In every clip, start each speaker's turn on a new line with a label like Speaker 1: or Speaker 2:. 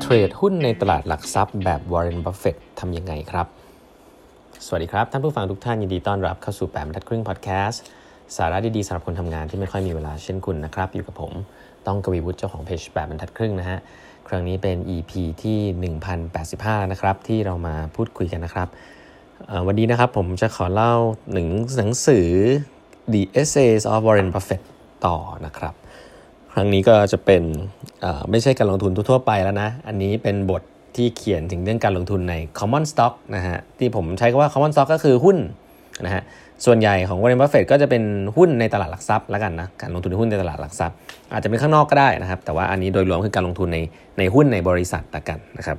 Speaker 1: รดหุ้นในตลาดหลักทรัพย์แบบวอร์เรน บัฟเฟตต์ทำยังไงครับสวัสดีครับท่านผู้ฟังทุกท่านยินดีต้อนรับเข้าสู่8 บรรทัดครึ่งพอดแคสต์สาระดีๆสำหรับคนทำงานที่ไม่ค่อยมีเวลาเช่นคุณนะครับอยู่กับผมต้องกวีวุฒิเจ้าของเพจ8 บรรทัดครึ่งนะฮะครั้งนี้เป็น EP ที่ 1085 นะครับที่เรามาพูดคุยกันนะครับวันนี้นะครับผมจะขอเล่าหนังสือ The Essays of Warren Buffett ต่อนะครับครั้งนี้ก็จะเป็นไม่ใช่การลงทุนทั่วไปแล้วนะอันนี้เป็นบทที่เขียนถึงเรื่องการลงทุนใน Common Stock นะฮะที่ผมใช้คำว่า Common Stock ก็คือหุ้นนะฮะส่วนใหญ่ของ Warren Buffett ก็จะเป็นหุ้นในตลาดหลักทรัพย์แล้วกันนะการลงทุนในหุ้นในตลาดหลักทรัพย์อาจจะเป็นข้างนอกก็ได้นะครับแต่ว่าอันนี้โดยรวมคือการลงทุนในหุ้นในบริษัทละกันนะครับ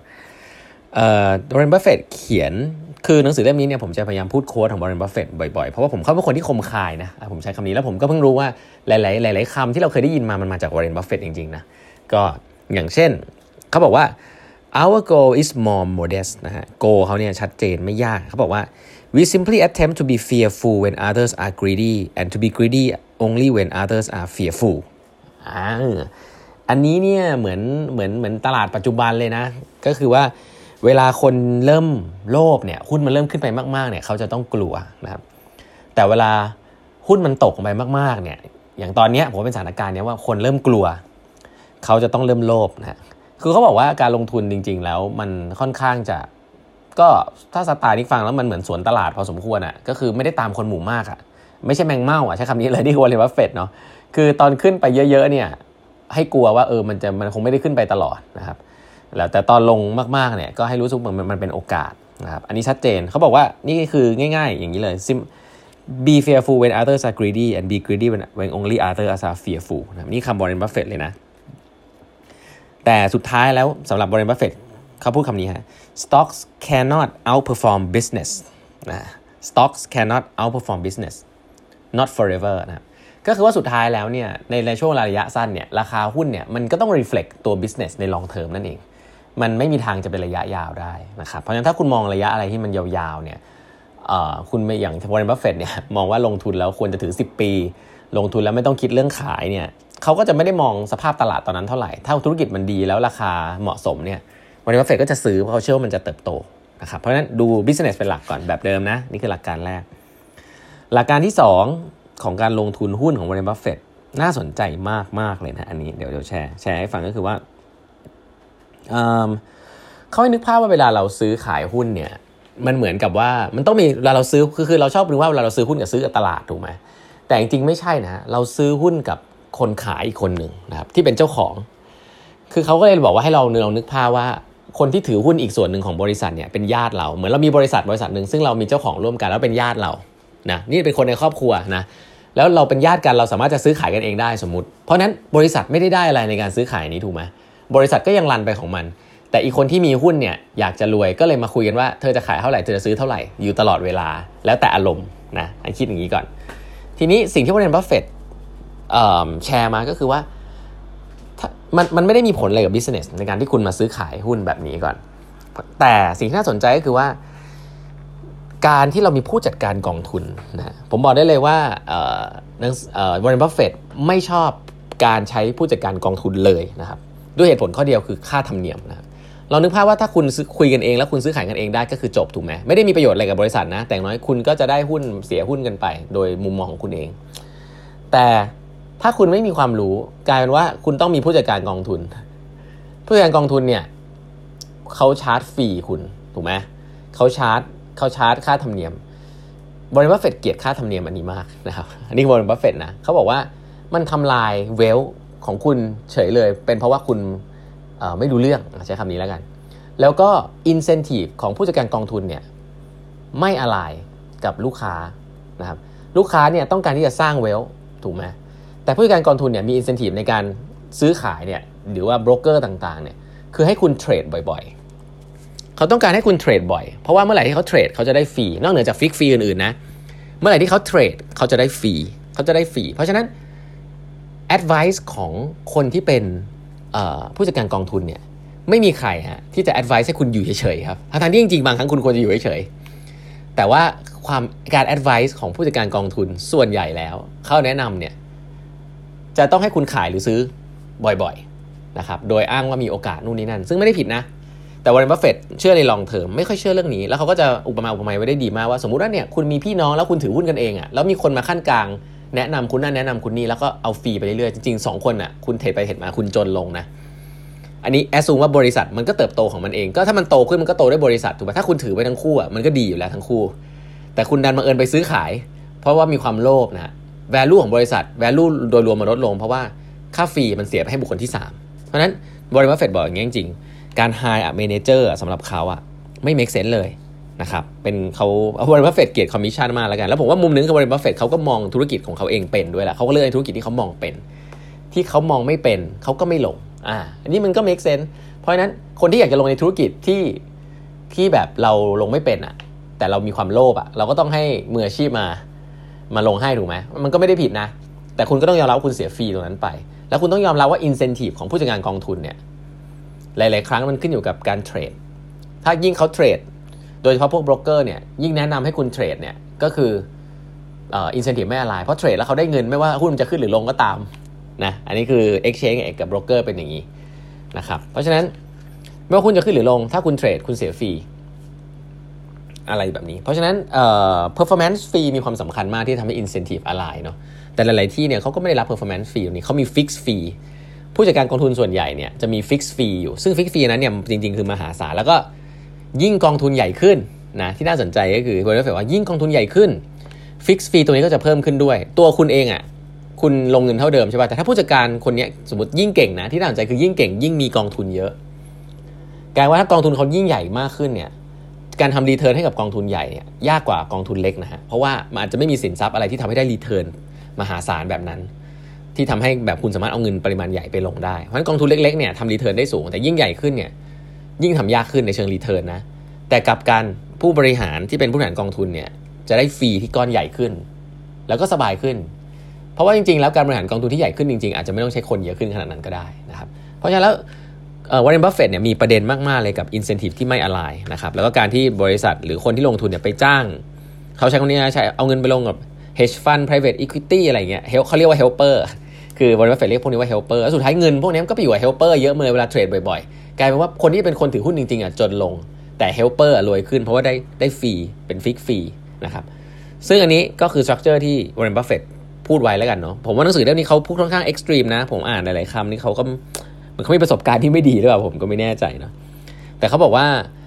Speaker 1: Warren Buffett เขียนคือหนังสือเล่มนี้เนี่ยผมจะพยายามพูดโค้ดของ Warren Buffett บ่อยๆเพราะว่าผมเขาเป็นคนที่คมคายนะผมใช้คำนี้แล้วผมก็เพิ่งรู้ว่าหลายคำที่เราเคยได้ยินมามันมาจาก Warren Buffett จริงๆนะก็อย่างเช่นเขาบอกว่า our goal is more modest นะฮะ goal เขาเนี่ยชัดเจนไม่ยากเขาบอกว่า we simply attempt to be fearful when others are greedy and to be greedy only when others are fearful อันนี้เนี่ยเหมือนตลาดปัจจุบันเลยนะก็คือว่าเวลาคนเริ่มโลภเนี่ยหุ้นมันเริ่มขึ้นไปมากๆเนี่ยเขาจะต้องกลัวนะครับแต่เวลาหุ้นมันตกไปมากๆเนี่ยอย่างตอนนี้ผมเป็นสถานการณ์เนี้ยว่าคนเริ่มกลัวเขาจะต้องเริ่มโลภนะคือเขาบอกว่าการลงทุนจริงๆแล้วมันค่อนข้างจะก็ถ้าสไตล์นี้ฟังแล้วมันเหมือนสวนตลาดพอสมควรอ่ะก็คือไม่ได้ตามคนหมู่มากอ่ะไม่ใช่แมงเม่าอ่ะใช้คำนี้เลยที่วอร์เรน บัฟเฟตต์เนาะคือตอนขึ้นไปเยอะๆเนี่ยให้กลัวว่ามันคงไม่ได้ขึ้นไปตลอดนะครับแล้วแต่ตอนลงมากๆเนี่ยก็ให้รู้สึกมันเป็นโอกาสนะครับอันนี้ชัดเจนเขาบอกว่านี่คือง่ายๆอย่างนี้เลย be fearful when others are greedy and be greedy when only others are fearful นะนี่คำ Warren Buffett เลยนะแต่สุดท้ายแล้วสำหรับ Warren Buffett เขาพูดคำนี้ฮะ stocks cannot outperform business นะ stocks cannot outperform business not forever นะครับก็คือว่าสุดท้ายแล้วเนี่ยในช่วงระยะสั้นเนี่ยราคาหุ้นเนี่ยมันก็ต้อง reflect ตัว business ใน long term นั่นเองมันไม่มีทางจะเป็นระยะยาวได้นะครับเพราะฉะนั้นถ้าคุณมองระยะอะไรที่มันยาวๆเนี่ยคุณไม่อย่าง Warren Buffett เนี่ยมองว่าลงทุนแล้วควรจะถือ10 ปีลงทุนแล้วไม่ต้องคิดเรื่องขายเนี่ยเขาก็จะไม่ได้มองสภาพตลาดตอนนั้นเท่าไหร่ถ้าธุรกิจมันดีแล้วราคาเหมาะสมเนี่ย Warren Buffett ก็จะซื้อเพราะเขาเชื่อว่ามันจะเติบโตนะครับเพราะฉะนั้นดู business เป็นหลักก่อนแบบเดิมนะนี่คือหลักการแรกหลักการที่2ของการลงทุนหุ้นของ Warren Buffett น่าสนใจมากๆเลยนะอันนี้เดี๋ยวแชร์ให้ฟังก็คือว่าเขาให้นึกภาพว่าเวลาเราซื้อขายหุ้นเนี่ยมันเหมือนกับว่ามันต้องมีเวลาเราซื้อคือเราชอบนึกว่าเวลาเราซื้อหุ้นกับซื้อกับตลาดถูกไหมแต่จริงๆไม่ใช่นะเราซื้อหุ้นกับคนขายอีกคนหนึ่งนะครับที่เป็นเจ้าของคือเขาก็เลยบอกว่าให้เรานึกภาพว่าคนที่ถือหุ้นอีกส่วนหนึ่งของบริษัทเนี่ยเป็นญาติเราเหมือนเรามีบริษัทหนึ่งซึ่งเรามีเจ้าของร่วมกันแล้วเป็นญาติเรานะนี่เป็นคนในครอบครัวนะแล้วเราเป็นญาติกันเราสามารถจะซื้อขายกันเองได้สมมุติเพราะนั้นบริษัทไม่ได้อะไรในการซื้อขายนี้ถูกไหมบริษัทก็ยังรันไปของมันแต่อีกคนที่มีหุ้นเนี่ยอยากจะรวยก็เลยมาคุยกันว่าเธอจะขายเท่าไหร่เธอจะซื้อเท่าไหร่อยู่ตลอดเวลาแล้วแต่อารมณ์นะให้คิดอย่างนี้ก่อนทีนี้สิ่งที่Warren Buffettแชร์มาก็คือว่ามันไม่ได้มีผลอะไรกับ business ในการที่คุณมาซื้อขายหุ้นแบบนี้ก่อนแต่สิ่งที่น่าสนใจก็คือว่าการที่เรามีผู้จัดการกองทุนนะผมบอกได้เลยว่Warren Buffett ไม่ชอบการใช้ผู้จัดการกองทุนเลยนะครับด้วยเหตุผลข้อเดียวคือค่าธรรมเนียมนะครับเรานึกภาพว่าถ้าคุณคุยกันเองแล้วคุณซื้อขายกันเองได้ก็คือจบถูกไหมไม่ได้มีประโยชน์อะไรกับบริษัทนะแต่อย่างน้อยคุณก็จะได้หุ้นเสียหุ้นกันไปโดยมุมมองของคุณเองแต่ถ้าคุณไม่มีความรู้กลายเป็นว่าคุณต้องมีผู้จัดการกองทุนผู้จัดการกองทุนเนี่ยเขาชาร์จฟรีคุณถูกไหมเขาชาร์จค่าธรรมเนียมWarren Buffettเกลียดค่าธรรมเนียมอันนี้มากนะครับอันนี้Warren Buffettนะเขาบอกว่ามันทำลายเวลของคุณเฉยเลยเป็นเพราะว่าคุณไม่รู้เรื่องใช้คำนี้แล้วกันแล้วก็ incentive ของผู้จัดการกองทุนเนี่ยไม่อไลน์กับลูกค้านะครับลูกค้าเนี่ยต้องการที่จะสร้างเวลถูกไหมแต่ผู้จัดการกองทุนเนี่ยมี incentive ในการซื้อขายเนี่ยหรือว่าโบรกเกอร์ต่างๆเนี่ยคือให้คุณเทรดบ่อยๆเขาต้องการให้คุณเทรดบ่อยเพราะว่าเมื่อไหร่ที่เขาเทรดเขาจะได้ฟรีนอกเหนือจากฟิกฟรีอื่นๆนะเมื่อไหร่ที่เขาเทรดเขาจะได้ฟรีเพราะฉะนั้นadvice ของคนที่เป็นผู้จัดการกองทุนเนี่ยไม่มีใครฮะที่จะ advice ให้คุณอยู่เฉยๆครับทั้งที่จริงๆบางครั้งคุณควรจะอยู่เฉยๆแต่ว่าการ advice ของผู้จัดการกองทุนส่วนใหญ่แล้วเขาแนะนำเนี่ยจะต้องให้คุณขายหรือซื้อบ่อยนะครับโดยอ้างว่ามีโอกาสนู่นนี่นั่นซึ่งไม่ได้ผิดนะแต่วอร์เรน บัฟเฟตต์เชื่อในลองเทอมไม่ค่อยเชื่อเรื่องนี้แล้วเขาก็จะอุปมาอุปไมยไว้ได้ดีมากว่าสมมุติว่าเนี่ยคุณมีพี่น้องแล้วคุณถือหุ้นกันเองอ่ะแล้วมีคนมาขั้นกลางแนะนำคุณนั่นแนะนำคุณนี่แล้วก็เอาฟรีไปเรื่อยๆจริงๆ2คนอ่ะคุณเทรดไปเทรดมาคุณจนลงนะอันนี้แอสซูมว่าบริษัทมันก็เติบโตของมันเองก็ถ้ามันโตขึ้นมันก็โตด้วยบริษัทถูกป่ะถ้าคุณถือไปทั้งคู่อ่ะมันก็ดีอยู่แล้วทั้งคู่แต่คุณดันบังเอิญไปซื้อขายเพราะว่ามีความโลภนะ value ของบริษัท value โดยรวมมันลดลงเพราะว่าค่าฟรีมันเสียไปให้บุคคลที่3เพราะฉะนั้นวอร์เรน บัฟเฟตต์บอกอย่างนี้จริงๆการ hire a manager สำหรับเขาอ่ะไม่ make sense เลยนะครับเป็นเขาวอร์เรน บัฟเฟตต์เกลียดคอมมิชชั่นมากแล้วกันแล้วผมว่ามุมนึงกับวอร์เรน บัฟเฟตต์เขาก็มองธุรกิจของเขาเองเป็นด้วยแหละเขาก็เลือกธุรกิจที่เขามองเป็นที่เขามองไม่เป็นเขาก็ไม่ลงอันนี้มันก็ make sense เพราะฉะนั้นคนที่อยากจะลงในธุรกิจที่แบบเราลงไม่เป็นอ่ะแต่เรามีความโลภอ่ะเราก็ต้องให้มืออาชีพมาลงให้ถูกไหมมันก็ไม่ได้ผิดนะแต่คุณก็ต้องยอมรับว่าคุณเสียฟรีตรงนั้นไปแล้วคุณต้องยอมรับว่า incentive ของผู้จัดการกองทุนเนี่ยหลายๆครั้งมันขึ้นอยู่กับการเทรดถ้ายิ่งเขาเทรดโดยเฉพาะพวกโบรกเกอร์เนี่ยยิ่งแนะนำให้คุณเทรดเนี่ยก็คือincentive ไม่อะไรเพราะเทรดแล้วเขาได้เงินไม่ว่าหุ้นมันจะขึ้นหรือลงก็ตามนะอันนี้คือ exchange กับโบรกเกอร์เป็นอย่างนี้นะครับเพราะฉะนั้นไม่ว่าคุณจะขึ้นหรือลงถ้าคุณเทรดคุณเสียฟรีอะไรแบบนี้เพราะฉะนั้นperformance fee มีความสำคัญมากที่ทำให้ incentive align เนาะแต่หลายๆที่เนี่ยเขาก็ไม่ได้รับ performance fee นี้เขามี fix fee ผู้จัดการกองทุนส่วนใหญ่เนี่ยจะมี fix fee อยู่ซึ่ง fix fee นั้นเนี่ยจริงๆคือมหาศาลแล้วก็ยิ่งกองทุนใหญ่ขึ้นนะที่น่าสนใจก็คือผมจะบอกว่ายิ่งกองทุนใหญ่ขึ้น fix fee ตัวนี้ก็จะเพิ่มขึ้นด้วยตัวคุณเองอ่ะคุณลงเงินเท่าเดิมใช่ป่ะแต่ถ้าผู้จัดการคนนี้สมมติยิ่งเก่งนะที่น่าสนใจคือยิ่งเก่งยิ่งมีกองทุนเยอะกลายว่าถ้ากองทุนเขายิ่งใหญ่มากขึ้นเนี่ยการทำรีเทิร์นให้กับกองทุนใหญ่เนี่ยยากกว่ากองทุนเล็กนะฮะเพราะว่ามันอาจจะไม่มีสินทรัพย์อะไรที่ทำให้ได้รีเทิร์นมหาศาลแบบนั้นที่ทำให้แบบคุณสามารถเอาเงินปริมาณใหญ่ไปลงได้เพราะฉะนั้นกองทุนเล็กๆเนี่ยทำรีเทิร์นได้สูงแต่ยิ่งใหญ่ขึ้นเนี่ยยิ่งทำยากขึ้นในเชิงรีเทิร์นนะแต่กับการผู้บริหารที่เป็นผู้บริหารกองทุนเนี่ยจะได้ฟรีที่ก้อนใหญ่ขึ้นแล้วก็สบายขึ้นเพราะว่าจริงๆแล้วการบริหารกองทุนที่ใหญ่ขึ้นจริงๆอาจจะไม่ต้องใช้คนเยอะขึ้นขนาดนั้นก็ได้นะครับเพราะฉะนั้นแล้ววอร์เรน บัฟเฟตต์เนี่ยมีประเด็นมากๆเลยกับ incentive ที่ไม่ align นะครับแล้วก็การที่บริษัทหรือคนที่ลงทุนเนี่ยไปจ้างเขาใช้คำนี้นะใช้เอาเงินไปลงกับ hedge fund private equity อะไรเงี้ยเขาเรียกว่า helper คือวอร์เรน บัฟเฟตต์เรียกพวกนี้ว่า helper แล้วสุดท้ายเงินพวกนี้ก็ไปอยู่กับ helper เยอะเลยเวลาเทรดบ่อยๆกลายเป็นว่าคนที่เป็นคนถือหุ้นจริงๆอ่ะจนลงแต่ helper รวยขึ้นเพราะว่าได้ฟรีเป็น fix fee นะครับซึ่งอันนี้ก็คือ structure ที่วอร์เรน บัฟเฟตต์พูดไว้แล้วกันเนาะผมว่าหนังสือเล่มนี้เขาพูดค่อนข้าง extreme นะผมอ่านหลายๆคำนี่เขาก็เขามีประสบการณ์ที่ไม่ดีหรือเปล่าผมก็ไม่แน่ใจนะแต่เขาบอกว่า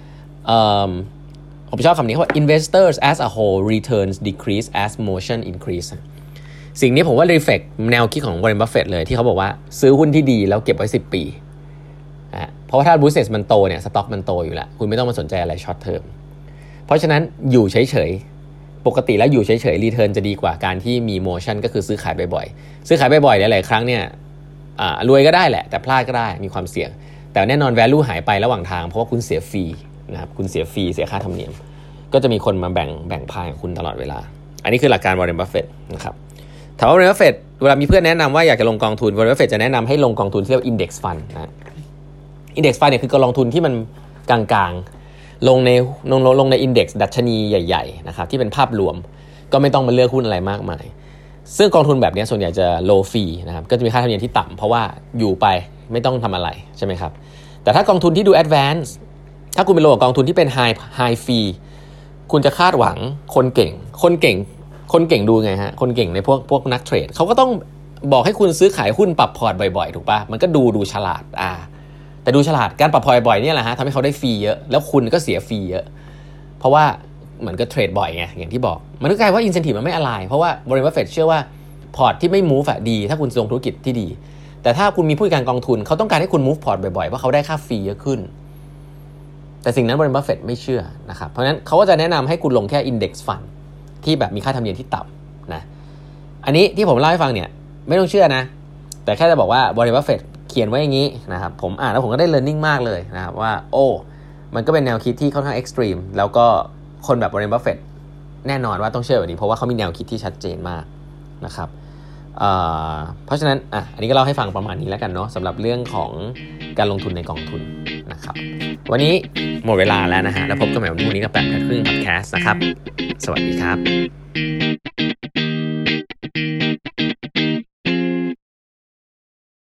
Speaker 1: ผมชอบคำนี้เขาว่า investors as a whole returns decrease as motion increase สิ่งนี้ผมว่า reflect แนวคิดของ Warren Buffett เลยที่เขาบอกว่าซื้อหุ้นที่ดีแล้วเก็บไว้10 ปีเพราะว่าถ้า business มันโตเนี่ยสต็อกมันโตอยู่แล้วคุณไม่ต้องมาสนใจอะไร short term เพราะฉะนั้นอยู่เฉยๆปกติแล้วอยู่เฉยๆ return จะดีกว่าการที่มี motion ก็คือซื้อขายบ่อยๆซื้อขายบ่อยๆหลายๆครั้งเนี่ยรวยก็ได้แหละแต่พลาดก็ได้มีความเสี่ยงแต่แน่นอน value หายไประหว่างทางเพราะว่าคุณเสียฟรีนะครับคุณเสียฟรีเสียค่าธรรมเนียมก็จะมีคนมาแบ่งพายของคุณตลอดเวลาอันนี้คือหลักการ Warren Buffett นะครับถามว่า Warren Buffett เวลามีเพื่อนแนะนำว่าอยากจะลงกองทุน Warren Buffett จะแนะนำให้ลงกองทุนที่เรียกว่า index fund นะ index fund เนี่ยคือกองทุนที่มันกลางๆลงใน index ดัชนีใหญ่ๆนะครับที่เป็นภาพรวมก็ไม่ต้องมาเลือกหุ้นอะไรมากมายซึ่งกองทุนแบบนี้ส่วนใหญ่จะ low fee นะครับก็จะมีค่าธรรมเนียมที่ต่ำเพราะว่าอยู่ไปไม่ต้องทำอะไรใช่ไหมครับแต่ถ้ากองทุนที่ดู advance ถ้าคุณไปลงกับกองทุนที่เป็น high fee คุณจะคาดหวังคนเก่งดูไงฮะคนเก่งในพวกนักเทรดเขาก็ต้องบอกให้คุณซื้อขายหุ้นปรับพอร์ตบ่อยๆถูกป่ะมันก็ดูฉลาดแต่ดูฉลาดการปรับพอร์ตบ่อยเนี่ยแหละฮะทำให้เขาได้ฟรีเยอะแล้วคุณก็เสียฟรีเยอะเพราะว่าเหมือนก็เทรดบ่อยไงอย่างที่บอกมันก็กลายว่า incentive มันไม่ align เพราะว่า Warren Buffett เชื่อว่าพอร์ตที่ไม่ move ดีถ้าคุณลงธุรกิจที่ดีแต่ถ้าคุณมีผู้จัดการกองทุนเขาต้องการให้คุณ move พอร์ตบ่อยๆเพราะเขาได้ค่าฟรีเยอะขึ้นแต่สิ่งนั้น Warren Buffett ไม่เชื่อนะครับเพราะฉะนั้นเขาก็จะแนะนำให้คุณลงแค่ index fund ที่แบบมีค่าธรรมเนียมที่ต่ำนะอันนี้ที่ผมเล่าให้ฟังเนี่ยไม่ต้องเชื่อนะแต่แค่จะบอกว่า Warren Buffett เขียนไว้อย่างนี้นะครับผมอ่านแล้วผมก็ได้ learning มากเลยนะครับว่ามันก็เป็นแนวคิดที่ค่อนข้าง extreme แล้วก็คนแบบ Warren Buffett แน่นอนว่าต้องเชื่อแบบนี้เพราะว่าเขามีแนวคิดที่ชัดเจนมากนะครับเพราะฉะนั้นอันนี้ก็เล่าให้ฟังประมาณนี้แล้วกันเนาะสำหรับเรื่องของการลงทุนในกองทุนนะครับวันนี้หมดเวลาแล้วนะฮะแล้วพบกันใหม่วันพรุ่งนี้กับ8:30 Podcast นะครับสวัสดีครับ